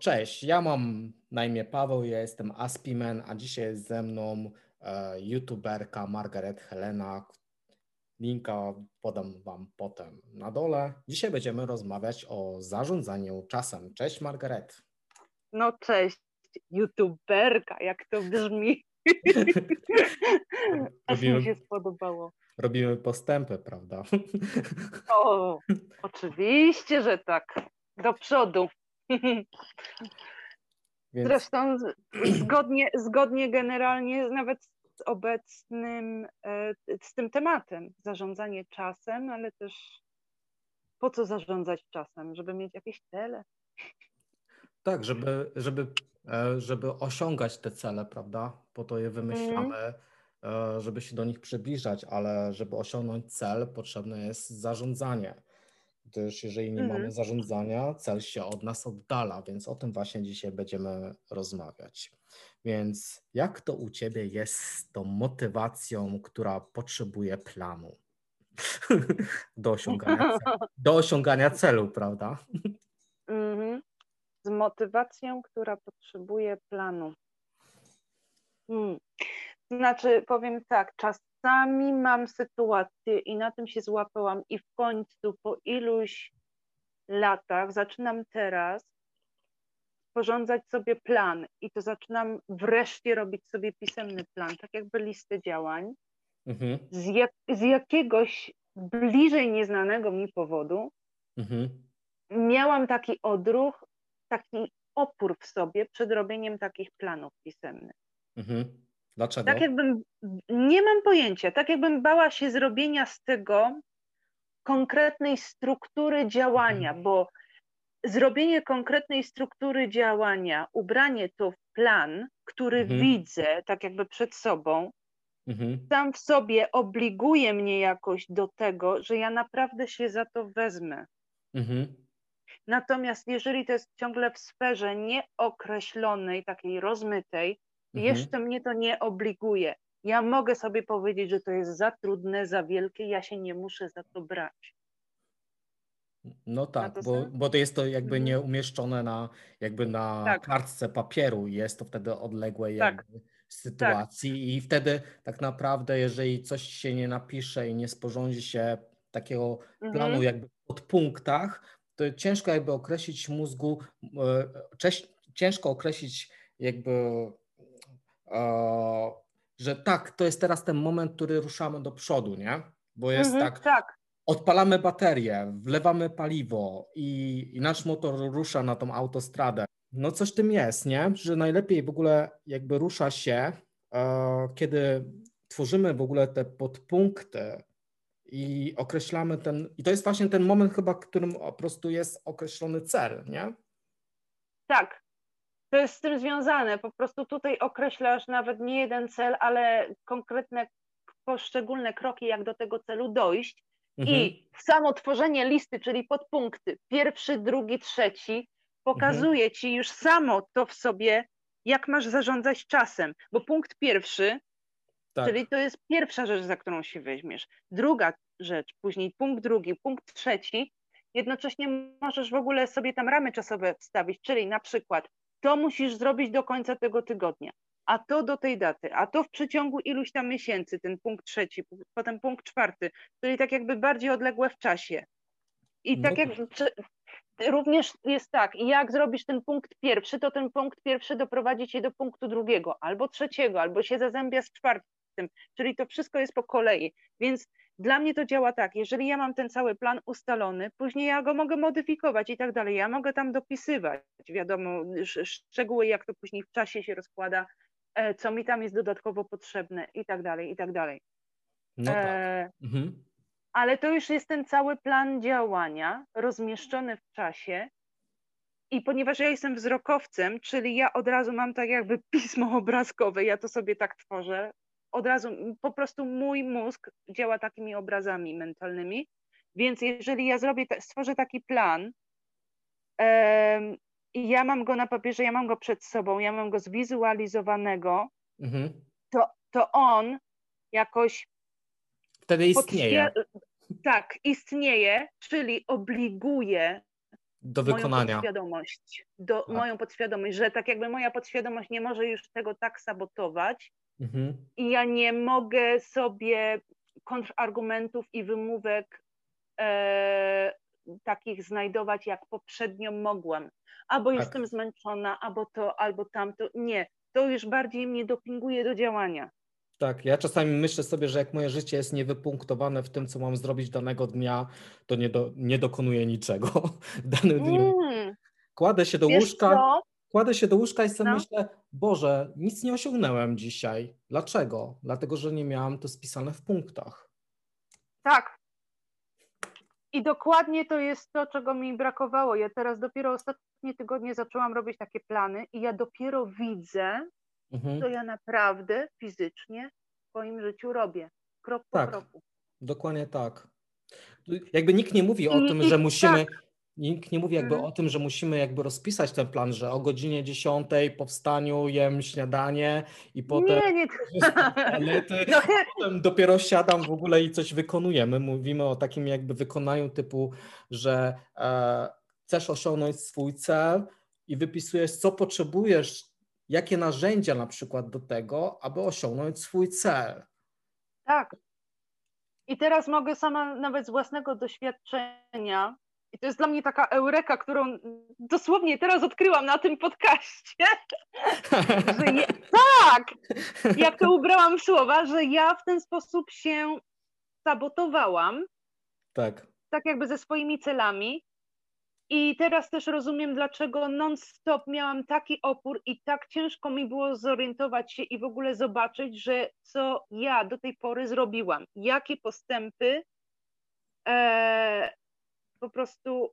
Cześć, ja mam na imię Paweł, ja jestem Aspimen, a dzisiaj jest ze mną youtuberka Margaret Helena. Linka podam Wam potem na dole. Dzisiaj będziemy rozmawiać o zarządzaniu czasem. Cześć Margaret. No cześć, youtuberka, jak to brzmi. Aż mi się spodobało. Robimy postępy, prawda? O, oczywiście, że tak. Do przodu. Więc... Zresztą zgodnie generalnie nawet z obecnym, z tym tematem. Zarządzanie czasem, ale też po co zarządzać czasem? Żeby mieć jakieś cele. Tak, żeby osiągać te cele, prawda? Po to je wymyślamy, żeby się do nich przybliżać, ale żeby osiągnąć cel, potrzebne jest zarządzanie. Gdyż jeżeli nie mamy zarządzania, cel się od nas oddala, więc o tym właśnie dzisiaj będziemy rozmawiać. Więc jak to u Ciebie jest z tą motywacją, która potrzebuje planu do osiągania celu, prawda? Z motywacją, która potrzebuje planu. Znaczy, powiem tak, czasami mam sytuację i na tym się złapałam i w końcu po iluś latach zaczynam teraz sporządzać sobie plan i to zaczynam wreszcie robić sobie pisemny plan, tak jakby listę działań. Z jakiegoś bliżej nieznanego mi powodu miałam taki odruch, taki opór w sobie przed robieniem takich planów pisemnych. Dlaczego? Tak jakbym, nie mam pojęcia, tak jakbym bała się zrobienia z tego konkretnej struktury działania, bo zrobienie konkretnej struktury działania, ubranie to w plan, który widzę tak jakby przed sobą, sam w sobie obliguje mnie jakoś do tego, że ja naprawdę się za to wezmę. Natomiast jeżeli to jest ciągle w sferze nieokreślonej, takiej rozmytej, jeszcze mnie to nie obliguje. Ja mogę sobie powiedzieć, że to jest za trudne, za wielkie, ja się nie muszę za to brać. No tak, bo to jest to jakby nie umieszczone na kartce papieru, jest to wtedy odległej jakby sytuacji i wtedy tak naprawdę, jeżeli coś się nie napisze i nie sporządzi się takiego planu jakby w podpunktach, to ciężko jakby określić mózgu, ciężko określić jakby, że tak, to jest teraz ten moment, który ruszamy do przodu, nie? Bo jest odpalamy baterię, wlewamy paliwo i nasz motor rusza na tą autostradę. No coś w tym jest, nie? Że najlepiej w ogóle jakby rusza się, kiedy tworzymy w ogóle te podpunkty i określamy i to jest właśnie ten moment chyba, w którym po prostu jest określony cel, nie? Tak, to jest z tym związane. Po prostu tutaj określasz nawet nie jeden cel, ale konkretne, poszczególne kroki, jak do tego celu dojść. I samo tworzenie listy, czyli podpunkty, pierwszy, drugi, trzeci, pokazuje ci już samo to w sobie, jak masz zarządzać czasem. Bo punkt pierwszy, czyli to jest pierwsza rzecz, za którą się weźmiesz. Druga rzecz, później punkt drugi, punkt trzeci, jednocześnie możesz w ogóle sobie tam ramy czasowe wstawić, czyli na przykład to musisz zrobić do końca tego tygodnia, a to do tej daty, a to w przeciągu iluś tam miesięcy, ten punkt trzeci, potem punkt czwarty, czyli tak jakby bardziej odległe w czasie. I tak jak również jest tak, jak zrobisz ten punkt pierwszy, to ten punkt pierwszy doprowadzi cię do punktu drugiego, albo trzeciego, albo się zazębia z czwartym, czyli to wszystko jest po kolei, więc dla mnie to działa tak, jeżeli ja mam ten cały plan ustalony, później ja go mogę modyfikować i tak dalej, ja mogę tam dopisywać, wiadomo, szczegóły, jak to później w czasie się rozkłada, co mi tam jest dodatkowo potrzebne i tak dalej, i tak dalej. No tak. Ale to już jest ten cały plan działania rozmieszczony w czasie i ponieważ ja jestem wzrokowcem, czyli ja od razu mam tak jakby pismo obrazkowe, ja to sobie tak tworzę, od razu po prostu mój mózg działa takimi obrazami mentalnymi, więc jeżeli ja stworzę taki plan i ja mam go na papierze, ja mam go przed sobą, ja mam go zwizualizowanego, to on jakoś wtedy istnieje. Tak, istnieje, czyli obliguje do wykonania. Moją podświadomość, że tak jakby moja podświadomość nie może już tego tak sabotować i ja nie mogę sobie kontrargumentów i wymówek takich znajdować, jak poprzednio mogłam. Albo jestem zmęczona, albo tamto. Nie, to już bardziej mnie dopinguje do działania. Tak, ja czasami myślę sobie, że jak moje życie jest niewypunktowane w tym, co mam zrobić danego dnia, to nie dokonuję niczego w danym dniu. Kładę się do łóżka i sobie myślę, Boże, nic nie osiągnąłem dzisiaj. Dlaczego? Dlatego, że nie miałam to spisane w punktach. Tak. I dokładnie to jest to, czego mi brakowało. Ja teraz dopiero ostatnie tygodnie zaczęłam robić takie plany i ja dopiero widzę, co ja naprawdę fizycznie w swoim życiu robię. Krok po kroku. Dokładnie tak. Jakby nikt nie mówi o tym, że musimy... Nikt nie mówi jakby o tym, że musimy jakby rozpisać ten plan, że o godzinie 10 po wstaniu jem śniadanie i potem potem dopiero siadam w ogóle i coś wykonuję. My mówimy o takim jakby wykonaniu typu, że chcesz osiągnąć swój cel i wypisujesz, co potrzebujesz, jakie narzędzia na przykład do tego, aby osiągnąć swój cel. Tak. I teraz mogę sama nawet z własnego doświadczenia, i to jest dla mnie taka eureka, którą dosłownie teraz odkryłam na tym podcaście, że jak to ubrałam w słowa, że ja w ten sposób się sabotowałam, tak jakby ze swoimi celami. I teraz też rozumiem, dlaczego non-stop miałam taki opór i tak ciężko mi było zorientować się i w ogóle zobaczyć, że co ja do tej pory zrobiłam, jakie postępy po prostu,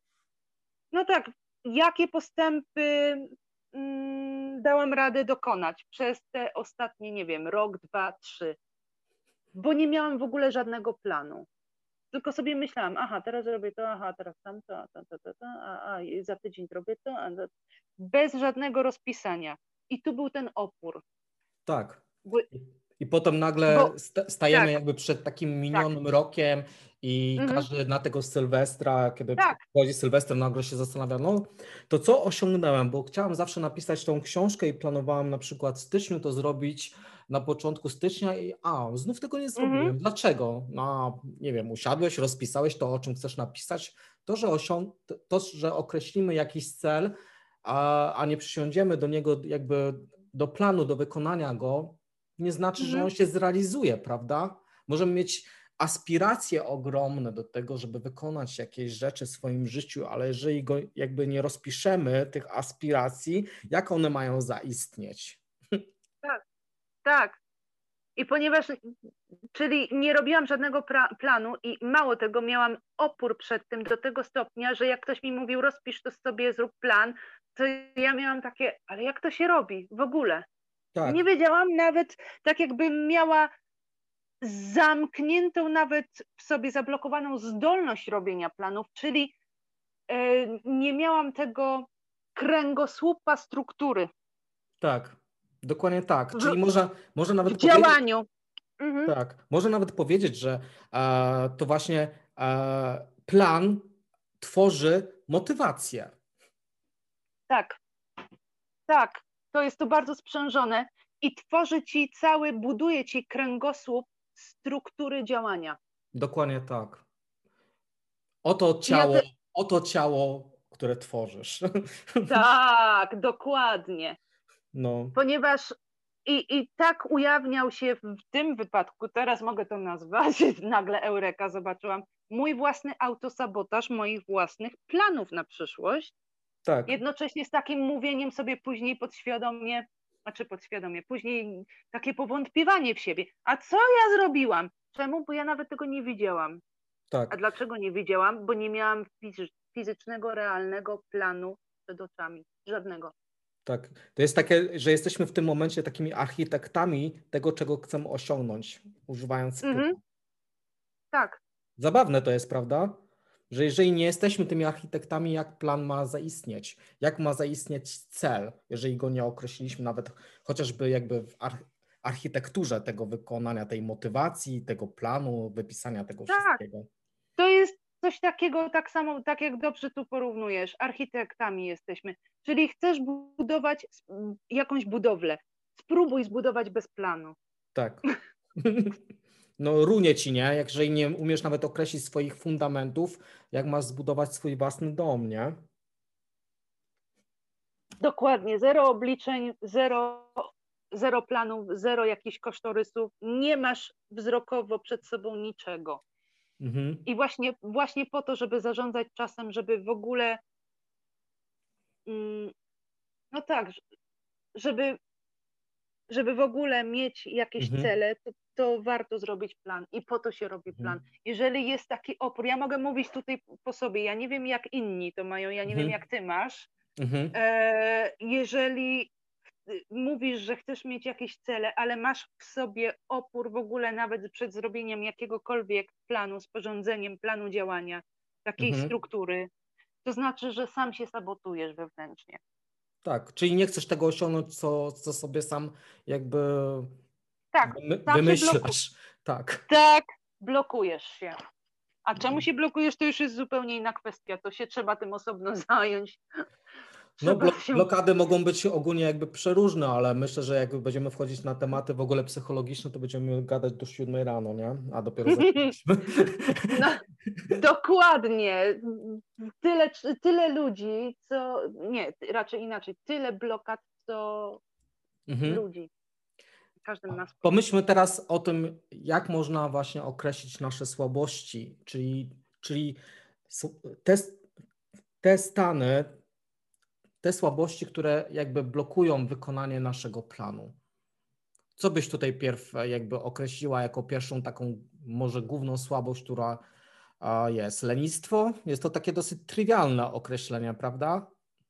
jakie postępy dałam radę dokonać przez te ostatnie, nie wiem, rok, 2, 3, bo nie miałam w ogóle żadnego planu. Tylko sobie myślałam, teraz robię to, teraz tamto, za tydzień robię to, bez żadnego rozpisania. I tu był ten opór. Tak. I potem nagle stajemy jakby przed takim minionym rokiem i każdy na tego Sylwestra, kiedy przychodzi Sylwester, nagle się zastanawia, to co osiągnąłem, bo chciałam zawsze napisać tą książkę i planowałam na przykład w styczniu to zrobić na początku stycznia i znów tego nie zrobiłem. Dlaczego? Nie wiem, usiadłeś, rozpisałeś to, o czym chcesz napisać, to, że określimy jakiś cel, a nie przysiądziemy do niego jakby do planu, do wykonania go, nie znaczy, że on się zrealizuje, prawda? Możemy mieć aspiracje ogromne do tego, żeby wykonać jakieś rzeczy w swoim życiu, ale jeżeli go jakby nie rozpiszemy, tych aspiracji, jak one mają zaistnieć? Tak. I czyli nie robiłam żadnego planu i mało tego, miałam opór przed tym do tego stopnia, że jak ktoś mi mówił, rozpisz to sobie, zrób plan, to ja miałam takie, ale jak to się robi w ogóle? Tak. Nie wiedziałam nawet, tak jakbym miała zamkniętą nawet w sobie, zablokowaną zdolność robienia planów, czyli nie miałam tego kręgosłupa struktury. Tak, dokładnie tak. Czyli może nawet w działaniu. Tak, można nawet powiedzieć, że to właśnie plan tworzy motywację. Tak, to jest to bardzo sprzężone i tworzy ci buduje ci kręgosłup struktury działania. Dokładnie tak. Oto ciało, które tworzysz. Tak, dokładnie. Ponieważ i tak ujawniał się w tym wypadku, teraz mogę to nazwać, nagle eureka, zobaczyłam, mój własny autosabotaż moich własnych planów na przyszłość. Tak. Jednocześnie z takim mówieniem sobie później podświadomie, później takie powątpiewanie w siebie. A co ja zrobiłam? Czemu? Bo ja nawet tego nie widziałam. Tak. A dlaczego nie widziałam? Bo nie miałam fizycznego, realnego planu przed oczami. Żadnego. Tak. To jest takie, że jesteśmy w tym momencie takimi architektami tego, czego chcemy osiągnąć, używając planu. Tak. Zabawne to jest, prawda? Że jeżeli nie jesteśmy tymi architektami, jak plan ma zaistnieć? Jak ma zaistnieć cel, jeżeli go nie określiliśmy nawet chociażby jakby w architekturze tego wykonania, tej motywacji, tego planu, wypisania tego wszystkiego? coś takiego, tak samo, tak jak dobrze tu porównujesz, architektami jesteśmy, czyli chcesz budować jakąś budowlę, spróbuj zbudować bez planu. Tak. No runie ci, nie? Jeżeli nie umiesz nawet określić swoich fundamentów, jak masz zbudować swój własny dom, nie? Dokładnie, zero obliczeń, zero planów, zero jakichś kosztorysów, nie masz wzrokowo przed sobą niczego. I właśnie po to, żeby zarządzać czasem, żeby w ogóle no tak, żeby w ogóle mieć jakieś cele, to warto zrobić plan i po to się robi plan. Jeżeli jest taki opór, ja mogę mówić tutaj po sobie, ja nie wiem jak inni to mają, ja nie wiem jak ty masz, jeżeli mówisz, że chcesz mieć jakieś cele, ale masz w sobie opór w ogóle nawet przed zrobieniem jakiegokolwiek planu, sporządzeniem planu działania, takiej struktury, to znaczy, że sam się sabotujesz wewnętrznie. Tak, czyli nie chcesz tego osiągnąć, co sobie sam jakby wymyślasz. Tak. Tak, blokujesz się. A czemu się blokujesz, to już jest zupełnie inna kwestia. To się trzeba tym osobno zająć. No, blokady mogą być ogólnie jakby przeróżne, ale myślę, że jak będziemy wchodzić na tematy w ogóle psychologiczne, to będziemy gadać do 7 rano, nie? A dopiero zaczęliśmy. No, dokładnie. Tyle ludzi, co... Nie, raczej inaczej. Tyle blokad, co ludzi. Każdy ma swój. Pomyślmy teraz o tym, jak można właśnie określić nasze słabości, czyli te stany, te słabości, które jakby blokują wykonanie naszego planu. Co byś tutaj pierw jakby określiła jako pierwszą taką może główną słabość, która jest? Lenistwo? Jest to takie dosyć trywialne określenie, prawda?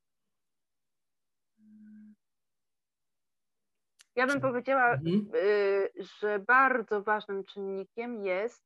Ja bym powiedziała, że bardzo ważnym czynnikiem jest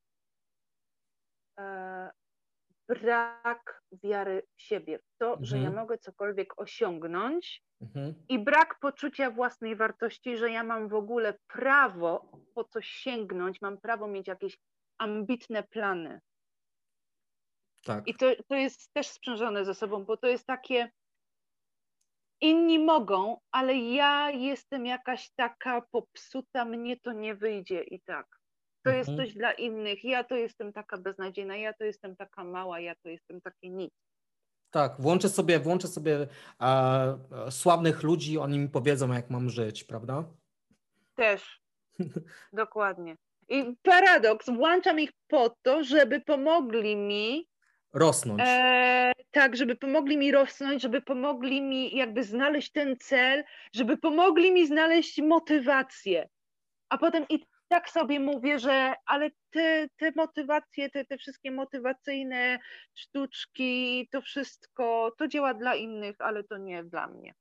brak wiary w siebie, w to, że ja mogę cokolwiek osiągnąć i brak poczucia własnej wartości, że ja mam w ogóle prawo po coś sięgnąć, mam prawo mieć jakieś ambitne plany. Tak. I to jest też sprzężone ze sobą, bo to jest takie, inni mogą, ale ja jestem jakaś taka popsuta, mnie to nie wyjdzie i tak. To jest coś dla innych, ja to jestem taka beznadziejna, ja to jestem taka mała, ja to jestem takie nic. Tak, włączę sobie sławnych ludzi, oni mi powiedzą, jak mam żyć, prawda? Też, dokładnie. I paradoks, włączam ich po to, żeby pomogli mi rosnąć. Tak, żeby pomogli mi rosnąć, żeby pomogli mi jakby znaleźć ten cel, żeby pomogli mi znaleźć motywację. A potem i tak sobie mówię, że ale te motywacje, te wszystkie motywacyjne sztuczki, to wszystko, to działa dla innych, ale to nie dla mnie.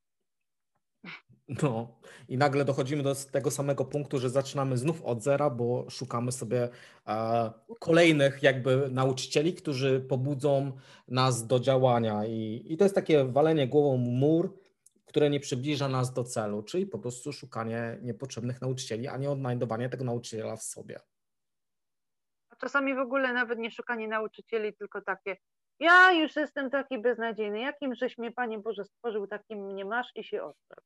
No i nagle dochodzimy do tego samego punktu, że zaczynamy znów od zera, bo szukamy sobie kolejnych jakby nauczycieli, którzy pobudzą nas do działania i to jest takie walenie głową w mur, które nie przybliża nas do celu, czyli po prostu szukanie niepotrzebnych nauczycieli, a nie odnajdowanie tego nauczyciela w sobie. A czasami w ogóle nawet nie szukanie nauczycieli, tylko takie, ja już jestem taki beznadziejny, jakim żeś mnie, Panie Boże, stworzył, takim mnie masz i się odpraw.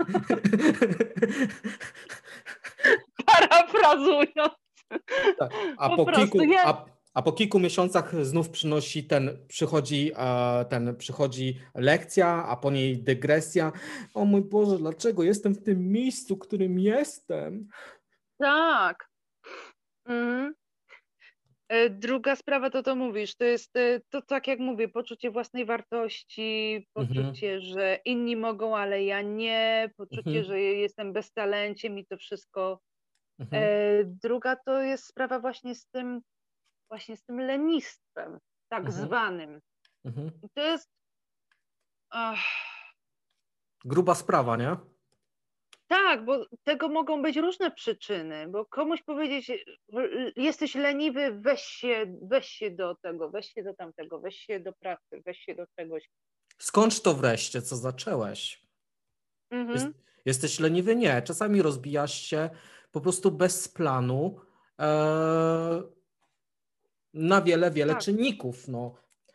Parafrazując. Tak. A po kilku miesiącach znów przychodzi lekcja, a po niej dygresja. O mój Boże, dlaczego jestem w tym miejscu, w którym jestem? Tak. Druga sprawa to mówisz, to jest to tak jak mówię, poczucie własnej wartości, poczucie, że inni mogą, ale ja nie, poczucie, że jestem beztalenciem i to wszystko. Druga to jest sprawa właśnie z tym lenistwem, tak zwanym. I to jest gruba sprawa, nie? Tak, bo tego mogą być różne przyczyny, bo komuś powiedzieć, jesteś leniwy, weź się do tego, weź się do tamtego, weź się do pracy, weź się do czegoś. Skądś to wreszcie, co zaczęłeś? Jesteś leniwy? Nie. Czasami rozbijasz się po prostu bez planu. na wiele czynników. No.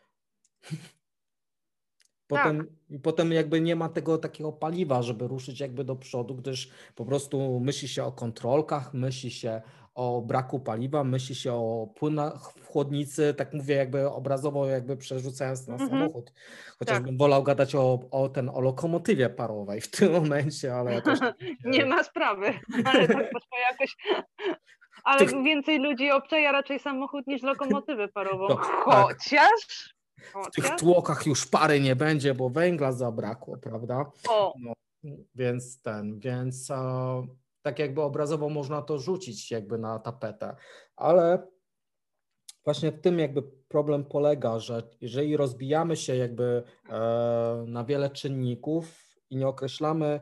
Potem jakby nie ma tego takiego paliwa, żeby ruszyć jakby do przodu, gdyż po prostu myśli się o kontrolkach, myśli się o braku paliwa, myśli się o płynach w chłodnicy, tak mówię jakby obrazowo, jakby przerzucając na samochód. Chociaż bym wolał gadać o lokomotywie parowej w tym momencie, ale jakoś... Nie ma sprawy, ale tak poszło jakoś... Ale więcej ludzi obczaja raczej samochód niż lokomotywę parową. Chociaż... W tych tłokach już pary nie będzie, bo węgla zabrakło, prawda? No, więc tak jakby obrazowo można to rzucić jakby na tapetę, ale właśnie w tym jakby problem polega, że jeżeli rozbijamy się jakby na wiele czynników i nie określamy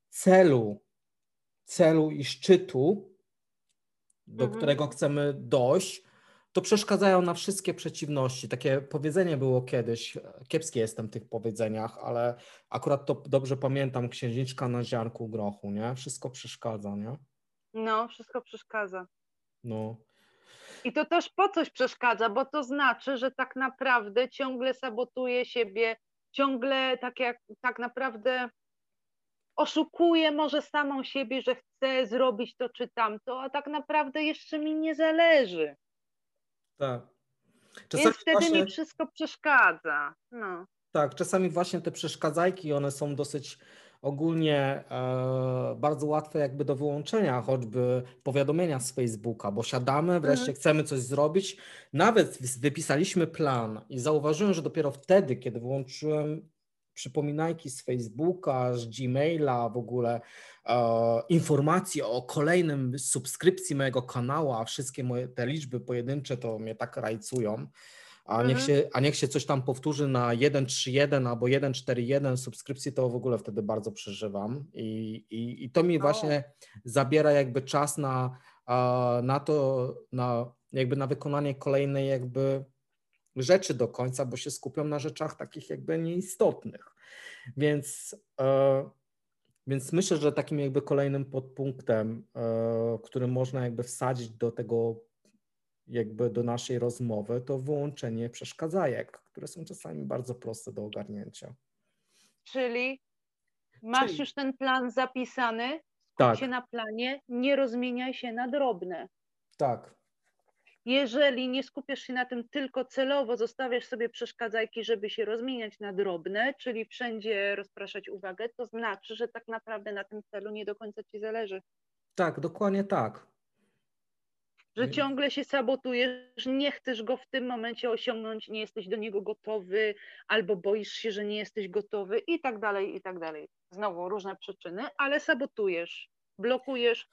celu i szczytu, do którego chcemy dojść, to przeszkadzają na wszystkie przeciwności. Takie powiedzenie było kiedyś, kiepskie jestem w tych powiedzeniach, ale akurat to dobrze pamiętam, księżniczka na ziarnku grochu, nie? Wszystko przeszkadza, nie? No, wszystko przeszkadza. No. I to też po coś przeszkadza, bo to znaczy, że tak naprawdę ciągle sabotuje siebie, ciągle tak naprawdę oszukuje może samą siebie, że chce zrobić to czy tamto, a tak naprawdę jeszcze mi nie zależy. Tak. Czasami więc wtedy mi wszystko przeszkadza. No. Tak, czasami właśnie te przeszkadzajki, one są dosyć ogólnie bardzo łatwe jakby do wyłączenia, choćby powiadomienia z Facebooka, bo siadamy, wreszcie chcemy coś zrobić, nawet wypisaliśmy plan i zauważyłem, że dopiero wtedy, kiedy wyłączyłem przypominajki z Facebooka, z Gmaila, w ogóle informacje o kolejnym subskrypcji mojego kanału, a wszystkie te liczby pojedyncze to mnie tak rajcują. A niech się coś tam powtórzy na 131 albo 141 subskrypcji, to w ogóle wtedy bardzo przeżywam. I to mi właśnie zabiera jakby czas na to, jakby na wykonanie kolejnej jakby rzeczy do końca, bo się skupiam na rzeczach takich jakby nieistotnych. Więc myślę, że takim jakby kolejnym podpunktem, który można jakby wsadzić do tego jakby do naszej rozmowy, to wyłączenie przeszkadzajek, które są czasami bardzo proste do ogarnięcia. Czyli masz już ten plan zapisany, skup się na planie, nie rozmieniaj się na drobne. Tak. Jeżeli nie skupiasz się na tym tylko celowo, zostawiasz sobie przeszkadzajki, żeby się rozmieniać na drobne, czyli wszędzie rozpraszać uwagę, to znaczy, że tak naprawdę na tym celu nie do końca ci zależy. Tak, dokładnie tak. Że ciągle się sabotujesz, nie chcesz go w tym momencie osiągnąć, nie jesteś do niego gotowy, albo boisz się, że nie jesteś gotowy i tak dalej, i tak dalej. Znowu różne przyczyny, ale sabotujesz, blokujesz,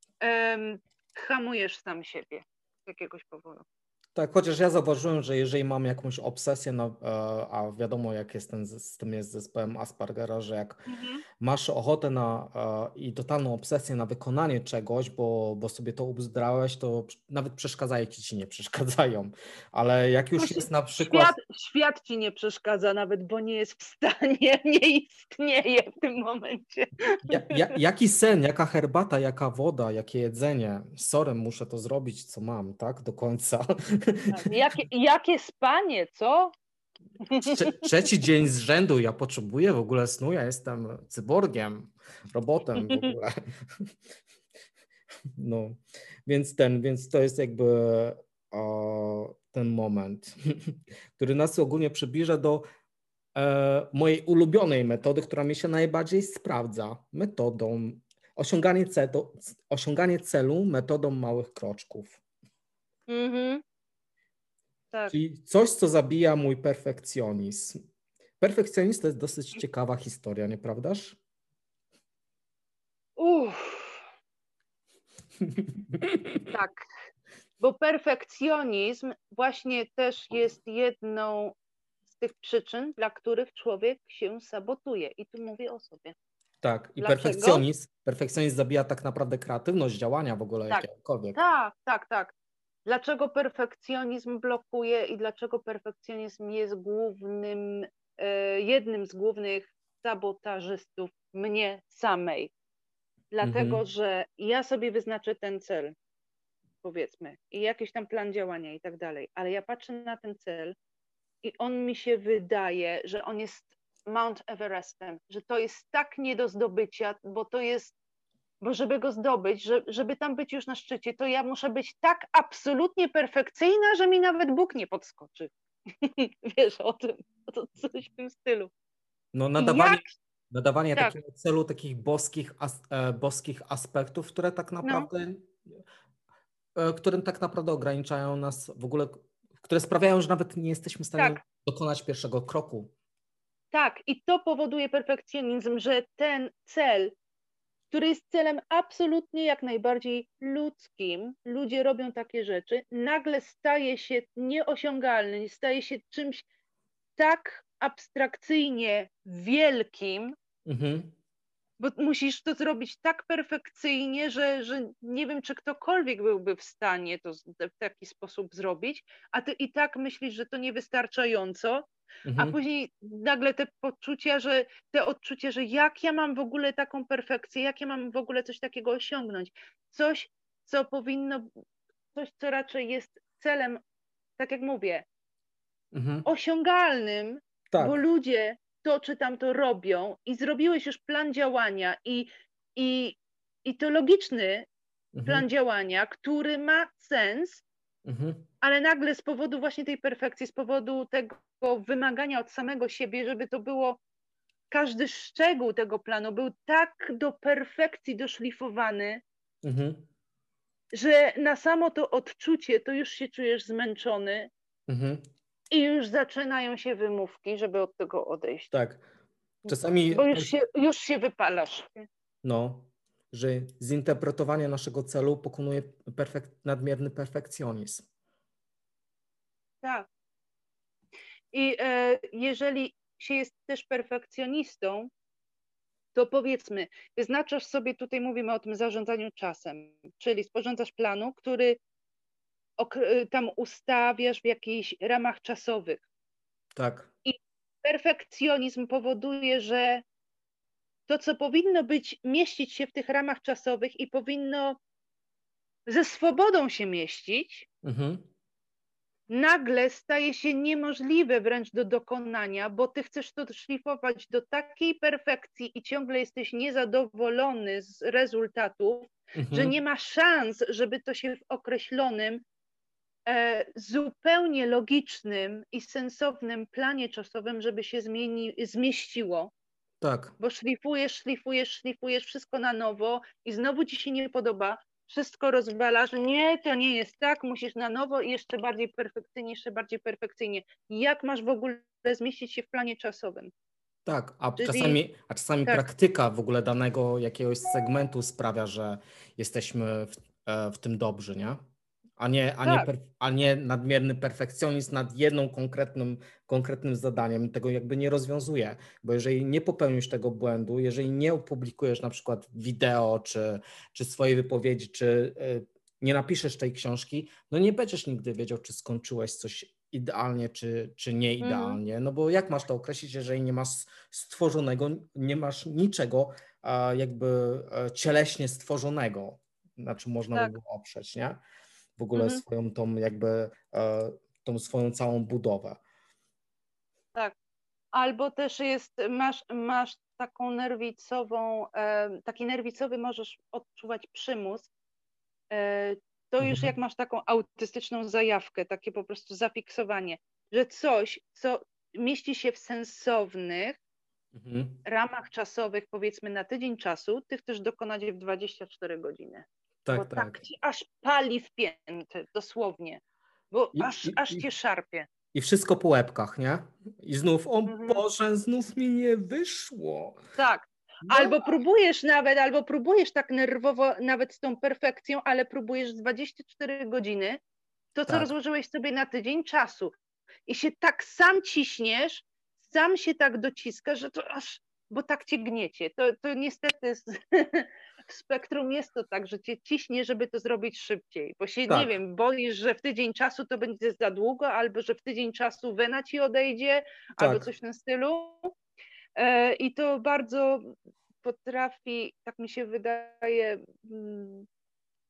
hamujesz sam siebie z jakiegoś powodu. Tak, chociaż ja zauważyłem, że jeżeli mam jakąś obsesję, a wiadomo jak jest z tym jest z zespołem Aspergera, że jak masz ochotę i totalną obsesję na wykonanie czegoś, bo sobie to ubzdrałeś, to nawet przeszkadzajki ci nie przeszkadzają, ale jak już jest na przykład... Świat ci nie przeszkadza nawet, bo nie jest w stanie, nie istnieje w tym momencie. Jaki sen, jaka herbata, jaka woda, jakie jedzenie? Sorem, muszę to zrobić, co mam, tak? Do końca. Jakie spanie, co? Trzeci dzień z rzędu, ja potrzebuję w ogóle snu, ja jestem cyborgiem, robotem w ogóle. No, więc to jest jakby ten moment, który nas ogólnie przybliża do mojej ulubionej metody, która mi się najbardziej sprawdza. Metodą osiąganie celu metodą małych kroczków. Tak. Czyli coś, co zabija mój perfekcjonizm. Perfekcjonizm to jest dosyć ciekawa historia, nieprawdaż? Tak, bo perfekcjonizm właśnie też jest jedną z tych przyczyn, dla których człowiek się sabotuje. I tu mówię o sobie. Tak, i perfekcjonizm zabija tak naprawdę kreatywność działania w ogóle jakiegokolwiek. Tak. Dlaczego perfekcjonizm blokuje i dlaczego perfekcjonizm jest jednym z głównych sabotażystów mnie samej? Dlatego, że ja sobie wyznaczę ten cel. powiedzmy, i jakiś tam plan działania i tak dalej, ale ja patrzę na ten cel i on mi się wydaje, że on jest Mount Everestem, że to jest tak nie do zdobycia, bo żeby go zdobyć, żeby tam być już na szczycie, to ja muszę być tak absolutnie perfekcyjna, że mi nawet Bóg nie podskoczy. Wiesz o tym, to coś w tym stylu. No nadawanie tak. takiego celu, takich boskich aspektów, które tak naprawdę, którym tak naprawdę ograniczają nas w ogóle, które sprawiają, że nawet nie jesteśmy w stanie dokonać pierwszego kroku. Tak, i to powoduje perfekcjonizm, że ten cel, który jest celem absolutnie jak najbardziej ludzkim, ludzie robią takie rzeczy, nagle staje się nieosiągalny, staje się czymś tak abstrakcyjnie wielkim, bo musisz to zrobić tak perfekcyjnie, że nie wiem, czy ktokolwiek byłby w stanie to w taki sposób zrobić, a ty i tak myślisz, że to niewystarczająco, a później nagle te odczucia, że jak ja mam w ogóle taką perfekcję, jak ja mam w ogóle coś takiego osiągnąć. Coś, co raczej jest celem, tak jak mówię, osiągalnym, bo ludzie to czy tamto robią i zrobiłeś już plan działania i to logiczny plan działania, który ma sens, ale nagle z powodu właśnie tej perfekcji, z powodu tego wymagania od samego siebie, żeby to było, każdy szczegół tego planu był tak do perfekcji doszlifowany, że na samo to odczucie to już się czujesz zmęczony i już zaczynają się wymówki, żeby od tego odejść. Tak. Czasami... Bo już się wypalasz. No, że zinterpretowanie naszego celu pokonuje nadmierny perfekcjonizm. Tak. I jeżeli się jest też perfekcjonistą, to powiedzmy, wyznaczasz sobie, tutaj mówimy o tym zarządzaniu czasem, czyli sporządzasz planu, który tam ustawiasz w jakichś ramach czasowych. Tak. I perfekcjonizm powoduje, że to, co powinno mieścić się w tych ramach czasowych i powinno ze swobodą się mieścić, nagle staje się niemożliwe wręcz do dokonania, bo ty chcesz to szlifować do takiej perfekcji i ciągle jesteś niezadowolony z rezultatów, że nie ma szans, żeby to się w określonym, zupełnie logicznym i sensownym planie czasowym, żeby się zmieściło. Tak. Bo szlifujesz wszystko na nowo i znowu ci się nie podoba, wszystko rozwalasz, nie, to nie jest tak, musisz na nowo i jeszcze bardziej perfekcyjnie. Jak masz w ogóle zmieścić się w planie czasowym? Tak, Czyli... czasami praktyka w ogóle danego jakiegoś segmentu sprawia, że jesteśmy w tym dobrzy, nie? A nie nadmierny perfekcjonizm nad jednym konkretnym zadaniem tego jakby nie rozwiązuje, bo jeżeli nie popełnisz tego błędu, jeżeli nie opublikujesz na przykład wideo, czy swojej wypowiedzi, czy nie napiszesz tej książki, no nie będziesz nigdy wiedział, czy skończyłeś coś idealnie, czy nie idealnie, no bo jak masz to określić, jeżeli nie masz stworzonego, nie masz niczego jakby cieleśnie stworzonego, na czym można by było oprzeć, nie? W ogóle swoją tą jakby tą swoją całą budowę. Tak. Albo też masz taką taki nerwicowy możesz odczuwać przymus. To już jak masz taką autystyczną zajawkę, takie po prostu zafiksowanie, że coś, co mieści się w sensownych ramach czasowych, powiedzmy na tydzień czasu, ty chcesz dokonać w 24 godziny. Bo tak ci aż pali w pięty, dosłownie. Bo aż cię szarpie. I wszystko po łebkach, nie? I znów, o Boże, znów mi nie wyszło. Tak. No. Albo próbujesz tak nerwowo, nawet z tą perfekcją, ale próbujesz 24 godziny, to co rozłożyłeś sobie na tydzień czasu. I się tak sam ciśniesz, sam się tak dociskasz, że to aż, bo tak cię gniecie. To niestety w spektrum jest to tak, że cię ciśnie, żeby to zrobić szybciej, bo się, nie wiem, boisz, że w tydzień czasu to będzie za długo, albo że w tydzień czasu wena ci odejdzie, albo coś w tym stylu. I to bardzo potrafi, tak mi się wydaje,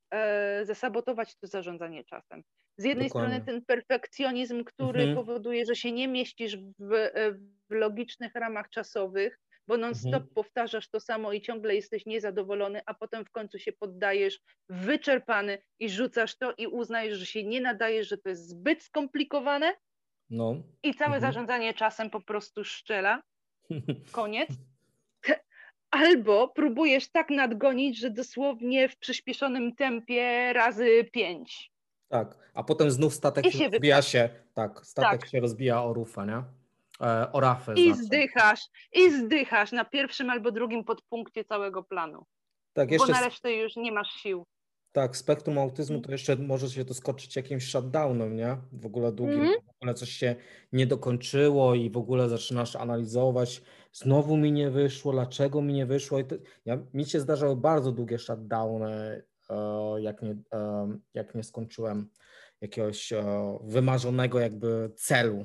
zasabotować to zarządzanie czasem. Z jednej Dokładnie. strony ten perfekcjonizm, który powoduje, że się nie mieścisz w logicznych ramach czasowych, bo non-stop powtarzasz to samo i ciągle jesteś niezadowolony, a potem w końcu się poddajesz, wyczerpany i rzucasz to i uznajesz, że się nie nadajesz, że to jest zbyt skomplikowane i całe zarządzanie czasem po prostu szczela. Koniec. Albo próbujesz tak nadgonić, że dosłownie w przyspieszonym tempie razy 5. Tak, a potem znów statek rozbija się, statek się rozbija o rufę, nie? O rafę I zdychasz na pierwszym albo drugim podpunkcie całego planu. Tak, bo na resztę już nie masz sił. Tak, spektrum autyzmu to jeszcze może się doskoczyć jakimś shutdownem, nie? W ogóle długim, w ogóle coś się nie dokończyło i w ogóle zaczynasz analizować, znowu mi nie wyszło, dlaczego mi nie wyszło. Mi się zdarzały bardzo długie shutdowny, jak nie skończyłem jakiegoś wymarzonego jakby celu.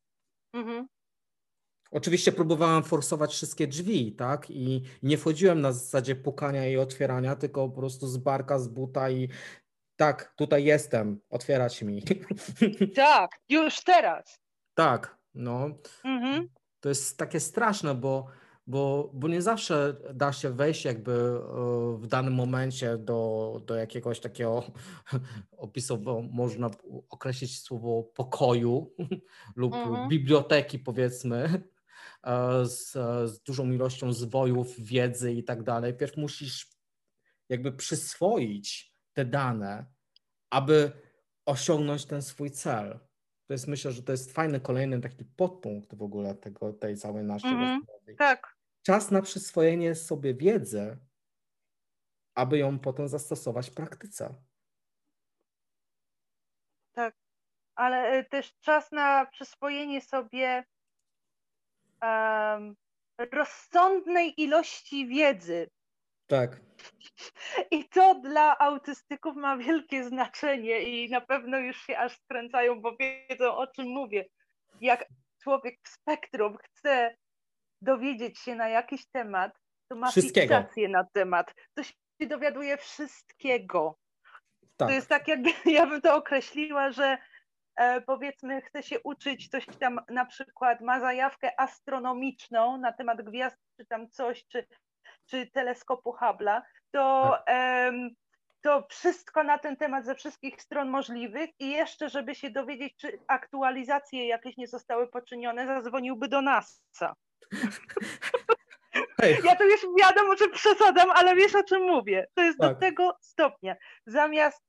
Oczywiście próbowałem forsować wszystkie drzwi, tak? I nie wchodziłem na zasadzie pukania i otwierania, tylko po prostu z barka, z buta i tak, tutaj jestem, otwierać mi. Tak, już teraz. Tak, no. To jest takie straszne, bo nie zawsze da się wejść jakby w danym momencie do jakiegoś takiego opisowo można określić słowo pokoju lub biblioteki, powiedzmy, z dużą ilością zwojów, wiedzy i tak dalej. Pierw musisz jakby przyswoić te dane, aby osiągnąć ten swój cel. To jest, myślę, że to jest fajny kolejny taki podpunkt w ogóle tej całej naszej rozmowy. Tak. Czas na przyswojenie sobie wiedzy, aby ją potem zastosować w praktyce. Tak, ale też czas na przyswojenie sobie rozsądnej ilości wiedzy. Tak. I to dla autystyków ma wielkie znaczenie i na pewno już się aż skręcają, bo wiedzą, o czym mówię. Jak człowiek w spektrum chce dowiedzieć się na jakiś temat, to ma fiksację na temat. To się dowiaduje wszystkiego. Tak. To jest tak, jakby ja bym to określiła, że powiedzmy chce się uczyć coś tam, na przykład ma zajawkę astronomiczną na temat gwiazd, czy tam coś, czy teleskopu Hubble'a, to wszystko na ten temat ze wszystkich stron możliwych i jeszcze, żeby się dowiedzieć, czy aktualizacje jakieś nie zostały poczynione, zadzwoniłby do NASA. Ja to już wiadomo, że przesadzam, ale wiesz, o czym mówię. To jest do tego stopnia. Zamiast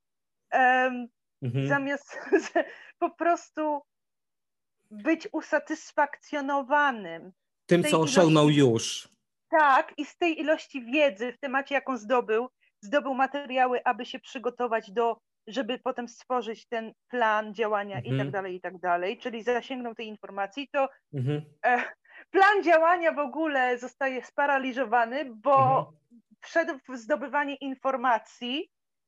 po prostu być usatysfakcjonowanym tym, co osiągnął już. Tak, i z tej ilości wiedzy w temacie, jaką zdobył materiały, aby się przygotować żeby potem stworzyć ten plan działania i tak dalej, czyli zasięgnął tej informacji, to plan działania w ogóle zostaje sparaliżowany, bo wszedł w zdobywanie informacji,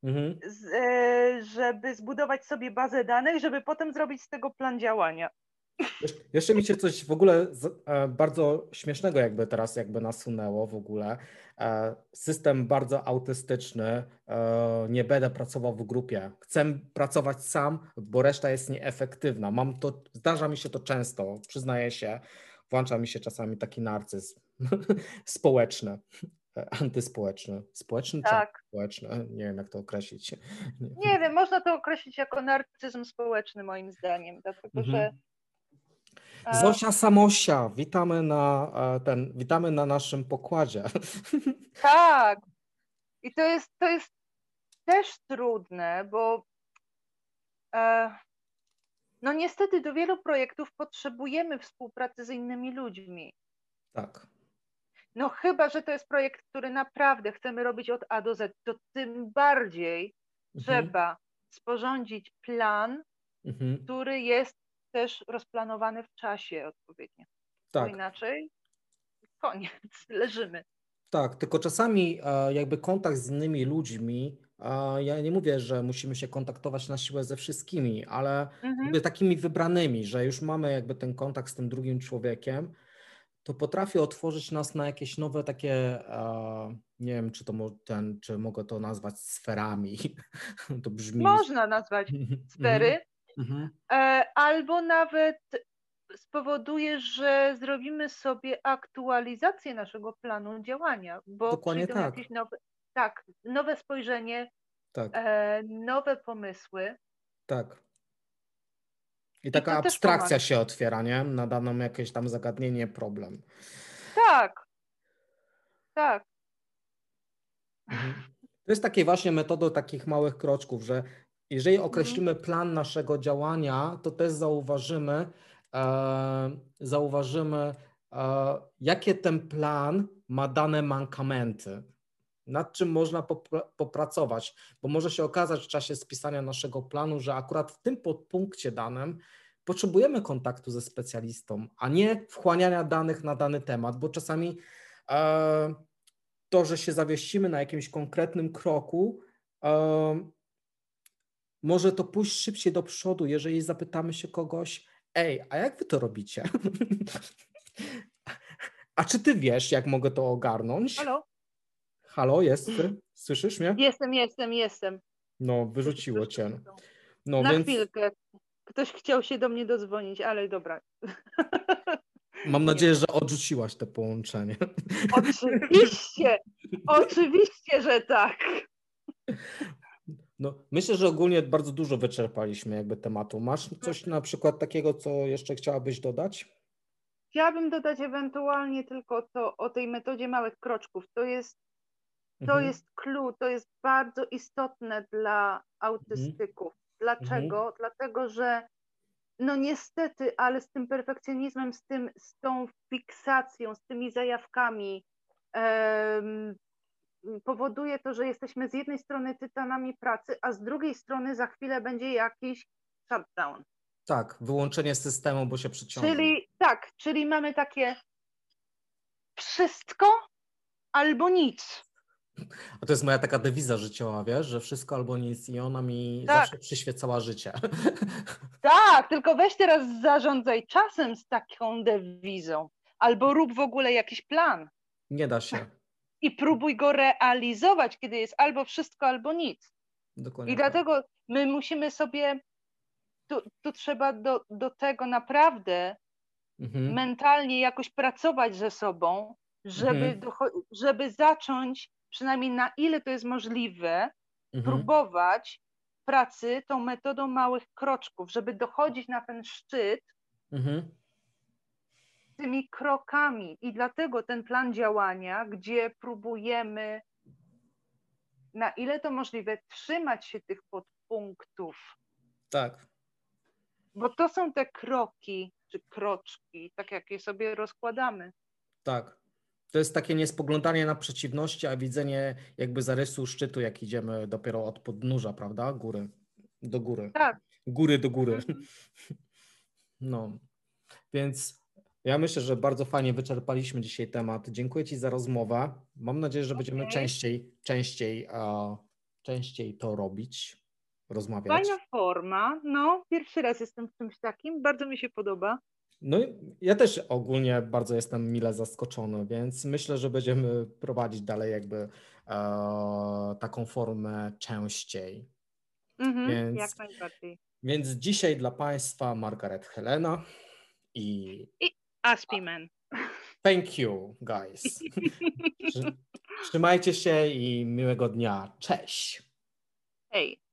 żeby zbudować sobie bazę danych, żeby potem zrobić z tego plan działania. Jeszcze mi się coś w ogóle bardzo śmiesznego teraz nasunęło w ogóle. System bardzo autystyczny, nie będę pracował w grupie, chcę pracować sam, bo reszta jest nieefektywna. Zdarza mi się to często, przyznaję się, włącza mi się czasami taki narcyzm społeczny. Antyspołeczny. Społeczny czy społeczny? Nie wiem, jak to określić. Nie wiem, można to określić jako narcyzm społeczny, moim zdaniem, dlatego że Zosia Samosia, witamy na naszym pokładzie. Tak. I to jest też trudne, bo no niestety do wielu projektów potrzebujemy współpracy z innymi ludźmi. Tak. No chyba, że to jest projekt, który naprawdę chcemy robić od A do Z, to tym bardziej trzeba sporządzić plan, który jest też rozplanowany w czasie odpowiednio. Tak. Bo inaczej koniec, leżymy. Tak, tylko czasami jakby kontakt z innymi ludźmi, ja nie mówię, że musimy się kontaktować na siłę ze wszystkimi, ale jakby takimi wybranymi, że już mamy jakby ten kontakt z tym drugim człowiekiem, to potrafi otworzyć nas na jakieś nowe takie, nie wiem, czy mogę to nazwać sferami. To brzmi... Można nazwać sfery, albo nawet spowoduje, że zrobimy sobie aktualizację naszego planu działania, bo Dokładnie przyjdą tak. jakieś nowe spojrzenie, nowe pomysły. Tak. I taka abstrakcja się otwiera, nie? Na daną jakieś tam zagadnienie, problem. Tak. To jest takie właśnie metodą takich małych kroczków, że jeżeli określimy plan naszego działania, to też zauważymy, jakie ten plan ma dane mankamenty, nad czym można popracować, bo może się okazać w czasie spisania naszego planu, że akurat w tym podpunkcie danym potrzebujemy kontaktu ze specjalistą, a nie wchłaniania danych na dany temat, bo czasami to, że się zawiesimy na jakimś konkretnym kroku, może to pójść szybciej do przodu, jeżeli zapytamy się kogoś, a jak wy to robicie? A czy ty wiesz, jak mogę to ogarnąć? Halo, słyszysz mnie? Jestem. No, wyrzuciło cię. No, na chwilkę. Ktoś chciał się do mnie dodzwonić, ale dobra. Mam nadzieję, że odrzuciłaś to połączenie. Oczywiście, że tak. No, myślę, że ogólnie bardzo dużo wyczerpaliśmy jakby tematu. Masz coś na przykład takiego, co jeszcze chciałabyś dodać? Chciałabym dodać ewentualnie tylko to o tej metodzie małych kroczków. To jest clue, to jest bardzo istotne dla autystyków. Dlaczego? Dlatego, że no niestety, ale z tym perfekcjonizmem, z tą fiksacją, z tymi zajawkami powoduje to, że jesteśmy z jednej strony tytanami pracy, a z drugiej strony za chwilę będzie jakiś shutdown. Tak, wyłączenie systemu, bo się przyciąga. Czyli mamy takie wszystko albo nic. A to jest moja taka dewiza życiowa, wiesz, że wszystko albo nic i ona mi zawsze przyświecała życie. Tak, tylko weź teraz zarządzaj czasem z taką dewizą, albo rób w ogóle jakiś plan. Nie da się. I próbuj go realizować, kiedy jest albo wszystko, albo nic. Dokładnie. I dlatego my musimy sobie, tu trzeba do tego naprawdę mentalnie jakoś pracować ze sobą, żeby zacząć, przynajmniej na ile to jest możliwe, próbować pracy tą metodą małych kroczków, żeby dochodzić na ten szczyt tymi krokami. I dlatego ten plan działania, gdzie próbujemy na ile to możliwe trzymać się tych podpunktów. Tak. Bo to są te kroki czy kroczki, tak jak je sobie rozkładamy. Tak. To jest takie niespoglądanie na przeciwności, a widzenie jakby zarysu szczytu, jak idziemy dopiero od podnóża, prawda? Góry do góry. Tak. Góry do góry. No, więc ja myślę, że bardzo fajnie wyczerpaliśmy dzisiaj temat. Dziękuję Ci za rozmowę. Mam nadzieję, że będziemy częściej to robić, rozmawiać. Fajna forma. No, pierwszy raz jestem w czymś takim. Bardzo mi się podoba. No ja też ogólnie bardzo jestem mile zaskoczony, więc myślę, że będziemy prowadzić dalej jakby taką formę częściej. Jak najbardziej. Więc dzisiaj dla Państwa Margaret Helena i Aspiman. Thank you, guys. Trzymajcie się i miłego dnia. Cześć. Hej.